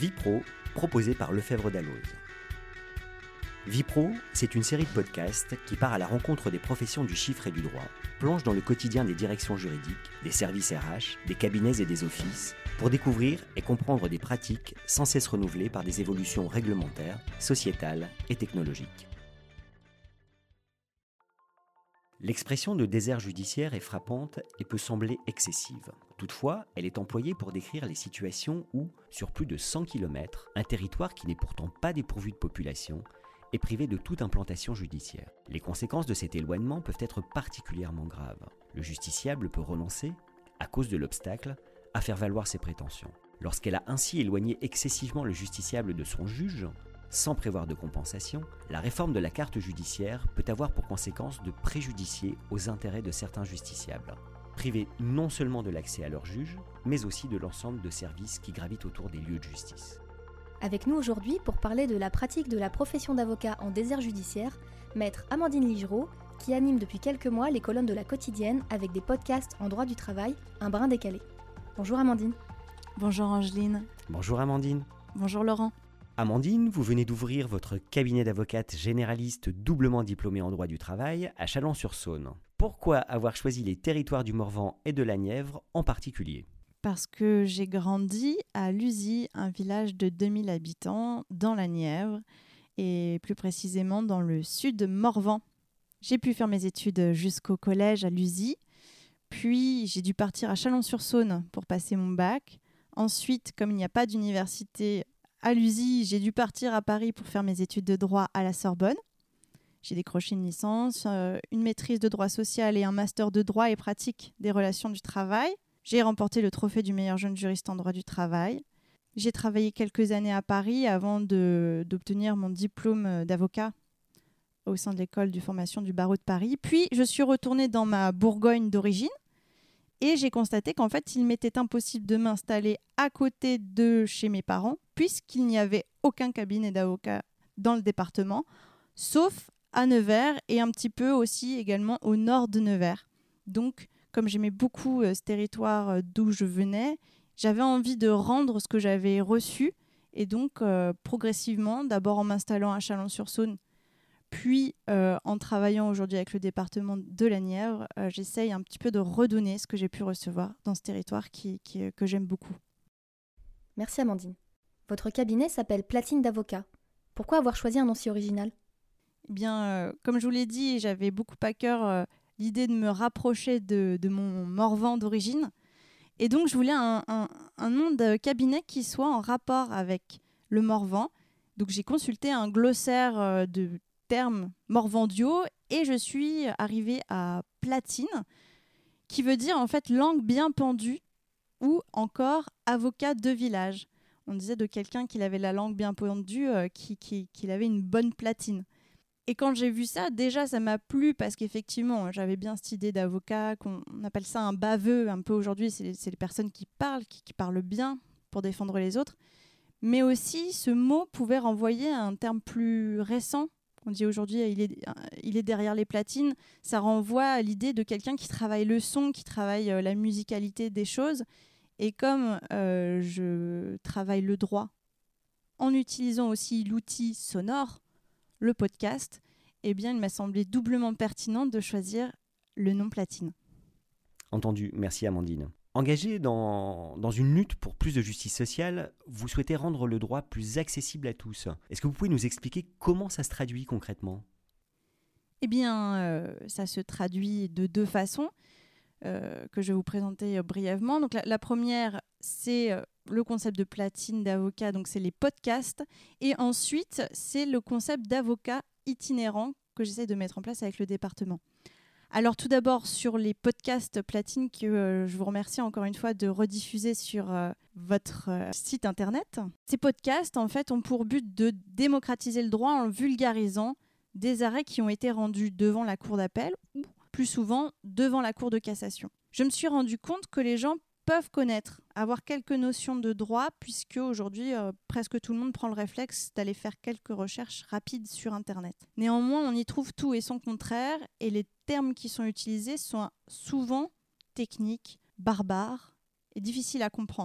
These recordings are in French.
Vie Pro, proposé par Lefebvre Dalloz. Vie Pro, c'est une série de podcasts qui part à la rencontre des professions du chiffre et du droit, plonge dans le quotidien des directions juridiques, des services RH, des cabinets et des offices, pour découvrir et comprendre des pratiques sans cesse renouvelées par des évolutions réglementaires, sociétales et technologiques. L'expression de désert judiciaire est frappante et peut sembler excessive. Toutefois, elle est employée pour décrire les situations où, sur plus de 100 km, un territoire qui n'est pourtant pas dépourvu de population est privé de toute implantation judiciaire. Les conséquences de cet éloignement peuvent être particulièrement graves. Le justiciable peut renoncer, à cause de l'obstacle, à faire valoir ses prétentions. Lorsqu'elle a ainsi éloigné excessivement le justiciable de son juge, sans prévoir de compensation, la réforme de la carte judiciaire peut avoir pour conséquence de préjudicier aux intérêts de certains justiciables, privés non seulement de l'accès à leur juge, mais aussi de l'ensemble de services qui gravitent autour des lieux de justice. Avec nous aujourd'hui pour parler de la pratique de la profession d'avocat en désert judiciaire, maître Amandine Ligereau, qui anime depuis quelques mois les colonnes de La Quotidienne avec des podcasts en droit du travail, un brin décalé. Bonjour Amandine. Bonjour Angeline. Bonjour Amandine. Bonjour Laurent. Amandine, vous venez d'ouvrir votre cabinet d'avocate généraliste doublement diplômé en droit du travail à Chalon-sur-Saône. Pourquoi avoir choisi les territoires du Morvan et de la Nièvre en particulier ? Parce que j'ai grandi à Luzy, un village de 2000 habitants dans la Nièvre et plus précisément dans le sud Morvan. J'ai pu faire mes études jusqu'au collège à Luzy, puis j'ai dû partir à Chalon-sur-Saône pour passer mon bac. Ensuite, comme il n'y a pas d'université à Luzy, j'ai dû partir à Paris pour faire mes études de droit à la Sorbonne. J'ai décroché une licence, une maîtrise de droit social et un master de droit et pratique des relations du travail. J'ai remporté le trophée du meilleur jeune juriste en droit du travail. J'ai travaillé quelques années à Paris avant d'obtenir mon diplôme d'avocat au sein de l'école de formation du barreau de Paris. Puis, je suis retournée dans ma Bourgogne d'origine et j'ai constaté qu'en fait, il m'était impossible de m'installer à côté de chez mes parents puisqu'il n'y avait aucun cabinet d'avocat dans le département, sauf à Nevers et un petit peu aussi également au nord de Nevers. Donc, comme j'aimais beaucoup ce territoire d'où je venais, j'avais envie de rendre ce que j'avais reçu. Et donc, progressivement, d'abord en m'installant à Chalon-sur-Saône, puis en travaillant aujourd'hui avec le département de la Nièvre, j'essaye un petit peu de redonner ce que j'ai pu recevoir dans ce territoire que j'aime beaucoup. Merci Amandine. Votre cabinet s'appelle Platine d'avocat. Pourquoi avoir choisi un nom si original ? Eh bien, comme je vous l'ai dit, j'avais beaucoup à cœur l'idée de me rapprocher de mon Morvan d'origine. Et donc, je voulais un nom de cabinet qui soit en rapport avec le Morvan. Donc, j'ai consulté un glossaire de termes morvandiaux et je suis arrivée à Platine, qui veut dire en fait langue bien pendue ou encore avocat de village. On disait de quelqu'un qu'il avait la langue bien pendue, qu'il avait une bonne platine. Et quand j'ai vu ça, déjà, ça m'a plu parce qu'effectivement, j'avais bien cette idée d'avocat, qu'on appelle ça un baveux, un peu aujourd'hui, c'est les personnes qui parlent, qui parlent bien pour défendre les autres. Mais aussi, ce mot pouvait renvoyer à un terme plus récent. On dit aujourd'hui, il est derrière les platines. Ça renvoie à l'idée de quelqu'un qui travaille le son, qui travaille la musicalité des choses. Et comme je travaille le droit en utilisant aussi l'outil sonore, le podcast, eh bien, il m'a semblé doublement pertinent de choisir le nom Platine. Entendu, merci Amandine. Engagée dans une lutte pour plus de justice sociale, vous souhaitez rendre le droit plus accessible à tous. Est-ce que vous pouvez nous expliquer comment ça se traduit concrètement ? Eh bien, ça se traduit de deux façons que je vais vous présenter brièvement. Donc, la première, c'est le concept de platine d'avocat, donc c'est les podcasts. Et ensuite, c'est le concept d'avocat itinérant que j'essaie de mettre en place avec le département. Alors tout d'abord sur les podcasts Platine que je vous remercie encore une fois de rediffuser sur votre site internet. Ces podcasts en fait ont pour but de démocratiser le droit en vulgarisant des arrêts qui ont été rendus devant la cour d'appel ou plus souvent devant la cour de cassation. Je me suis rendu compte que les gens peuvent connaître, avoir quelques notions de droit puisque aujourd'hui presque tout le monde prend le réflexe d'aller faire quelques recherches rapides sur internet. Néanmoins, on y trouve tout et son contraire et les termes qui sont utilisés sont souvent techniques, barbares et difficiles à comprendre.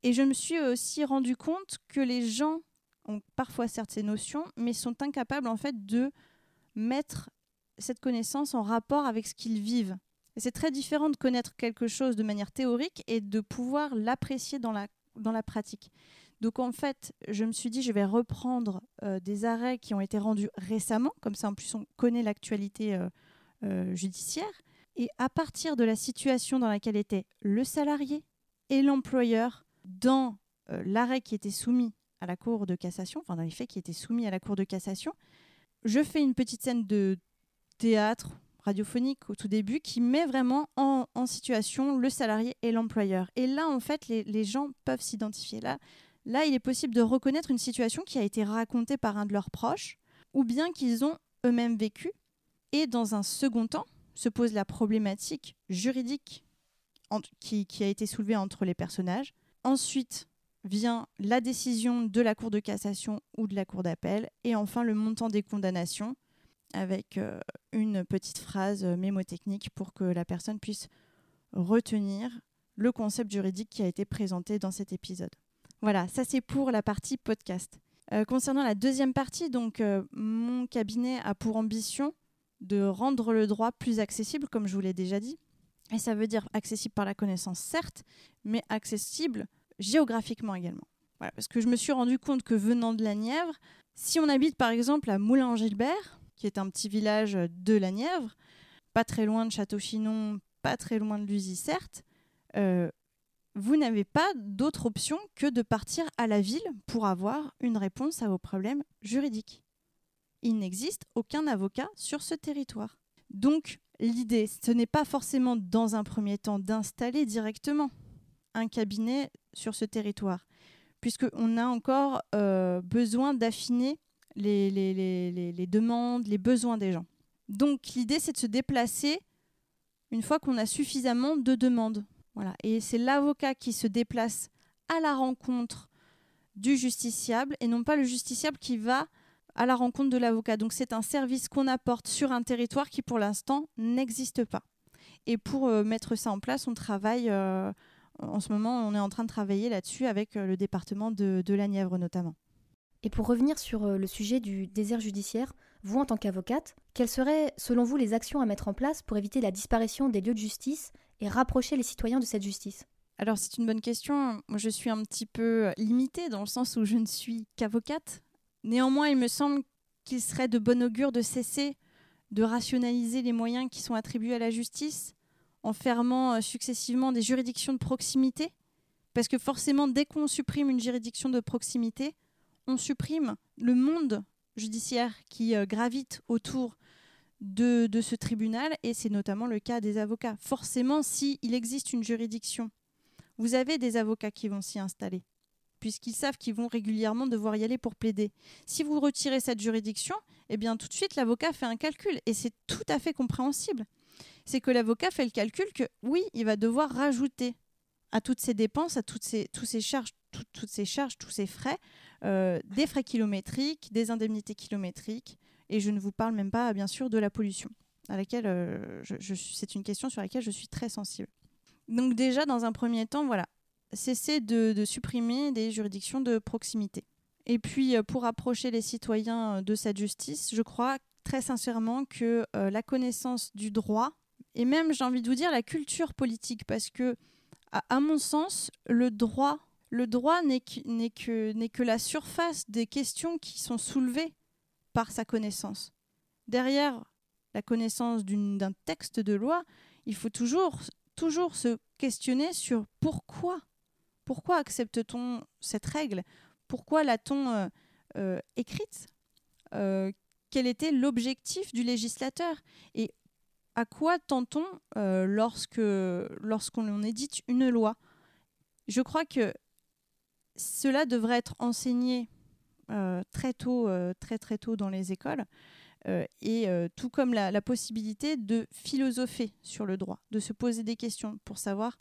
Et je me suis aussi rendu compte que les gens ont parfois certes ces notions, mais sont incapables en fait de mettre cette connaissance en rapport avec ce qu'ils vivent. Et c'est très différent de connaître quelque chose de manière théorique et de pouvoir l'apprécier dans la pratique. Donc en fait, je me suis dit, je vais reprendre des arrêts qui ont été rendus récemment, comme ça en plus on connaît l'actualité judiciaire, et à partir de la situation dans laquelle était le salarié et l'employeur dans l'arrêt qui était soumis à la Cour de cassation, enfin dans les faits qui étaient soumis à la Cour de cassation, je fais une petite scène de théâtre radiophonique au tout début qui met vraiment en situation le salarié et l'employeur. Et là, en fait, les gens peuvent s'identifier. Là, il est possible de reconnaître une situation qui a été racontée par un de leurs proches ou bien qu'ils ont eux-mêmes vécu. Et dans un second temps, se pose la problématique juridique qui a été soulevée entre les personnages. Ensuite vient la décision de la Cour de cassation ou de la Cour d'appel. Et enfin, le montant des condamnations avec une petite phrase mémotechnique pour que la personne puisse retenir le concept juridique qui a été présenté dans cet épisode. Voilà, ça c'est pour la partie podcast. Concernant la deuxième partie, donc mon cabinet a pour ambition de rendre le droit plus accessible, comme je vous l'ai déjà dit. Et ça veut dire accessible par la connaissance, certes, mais accessible géographiquement également. Voilà, parce que je me suis rendu compte que venant de la Nièvre, si on habite par exemple à Moulins-en-Gilbert, qui est un petit village de la Nièvre, pas très loin de Château-Chinon, pas très loin de Luzy, certes, vous n'avez pas d'autre option que de partir à la ville pour avoir une réponse à vos problèmes juridiques. Il n'existe aucun avocat sur ce territoire. Donc, l'idée, ce n'est pas forcément dans un premier temps d'installer directement un cabinet sur ce territoire, puisqu'on a encore besoin d'affiner les demandes, les besoins des gens. Donc, l'idée, c'est de se déplacer une fois qu'on a suffisamment de demandes. Voilà. Et c'est l'avocat qui se déplace à la rencontre du justiciable et non pas le justiciable qui va à la rencontre de l'avocat. Donc c'est un service qu'on apporte sur un territoire qui pour l'instant n'existe pas. Et pour mettre ça en place, on travaille, en ce moment on est en train de travailler là-dessus avec le département de la Nièvre notamment. Et pour revenir sur le sujet du désert judiciaire, vous en tant qu'avocate, quelles seraient selon vous les actions à mettre en place pour éviter la disparition des lieux de justice et rapprocher les citoyens de cette justice ? Alors c'est une bonne question. Moi, je suis un petit peu limitée dans le sens où je ne suis qu'avocate. Néanmoins, il me semble qu'il serait de bon augure de cesser de rationaliser les moyens qui sont attribués à la justice en fermant successivement des juridictions de proximité. Parce que forcément, dès qu'on supprime une juridiction de proximité, on supprime le monde judiciaire qui gravite autour de ce tribunal, et c'est notamment le cas des avocats. Forcément, s'il existe une juridiction, vous avez des avocats qui vont s'y installer, puisqu'ils savent qu'ils vont régulièrement devoir y aller pour plaider. Si vous retirez cette juridiction, eh bien tout de suite l'avocat fait un calcul, et c'est tout à fait compréhensible. C'est que l'avocat fait le calcul que oui, il va devoir rajouter à toutes ces dépenses, à toutes ces charges, tous ces frais, des frais kilométriques, des indemnités kilométriques, et je ne vous parle même pas bien sûr de la pollution, à laquelle c'est une question sur laquelle je suis très sensible. Donc déjà, dans un premier temps, voilà, cesser de supprimer des juridictions de proximité. Et puis, pour rapprocher les citoyens de cette justice, je crois très sincèrement que la connaissance du droit, et même, j'ai envie de vous dire, la culture politique, parce que, à mon sens, le droit n'est que la surface des questions qui sont soulevées par sa connaissance. Derrière la connaissance d'un texte de loi, il faut toujours se questionner sur pourquoi accepte-t-on cette règle, pourquoi l'a-t-on écrite, quel était l'objectif du législateur et à quoi tend-on lorsqu'on édite une loi. Je crois que cela devrait être enseigné très tôt dans les écoles, et tout comme la possibilité de philosopher sur le droit, de se poser des questions pour savoir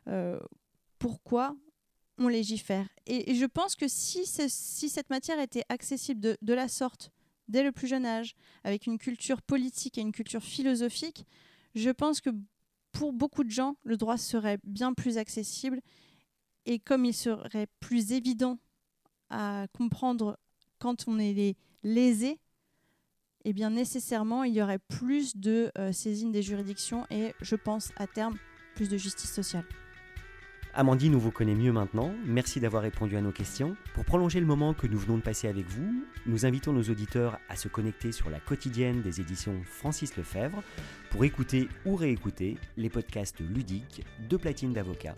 pourquoi on légifère. Et je pense que si cette matière était accessible de la sorte, dès le plus jeune âge, avec une culture politique et une culture philosophique, je pense que pour beaucoup de gens, le droit serait bien plus accessible Et comme il serait plus évident à comprendre quand on est lésé, eh bien nécessairement, il y aurait plus de saisine des juridictions et, je pense, à terme, plus de justice sociale. Amandine, on vous connaît mieux maintenant. Merci d'avoir répondu à nos questions. Pour prolonger le moment que nous venons de passer avec vous, nous invitons nos auditeurs à se connecter sur la quotidienne des éditions Francis Lefebvre pour écouter ou réécouter les podcasts ludiques de Platine d'Avocat.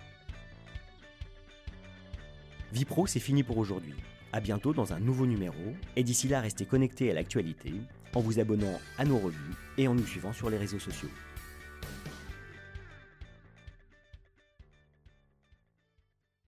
Vie Pro, c'est fini pour aujourd'hui. À bientôt dans un nouveau numéro. Et d'ici là, restez connectés à l'actualité en vous abonnant à nos revues et en nous suivant sur les réseaux sociaux.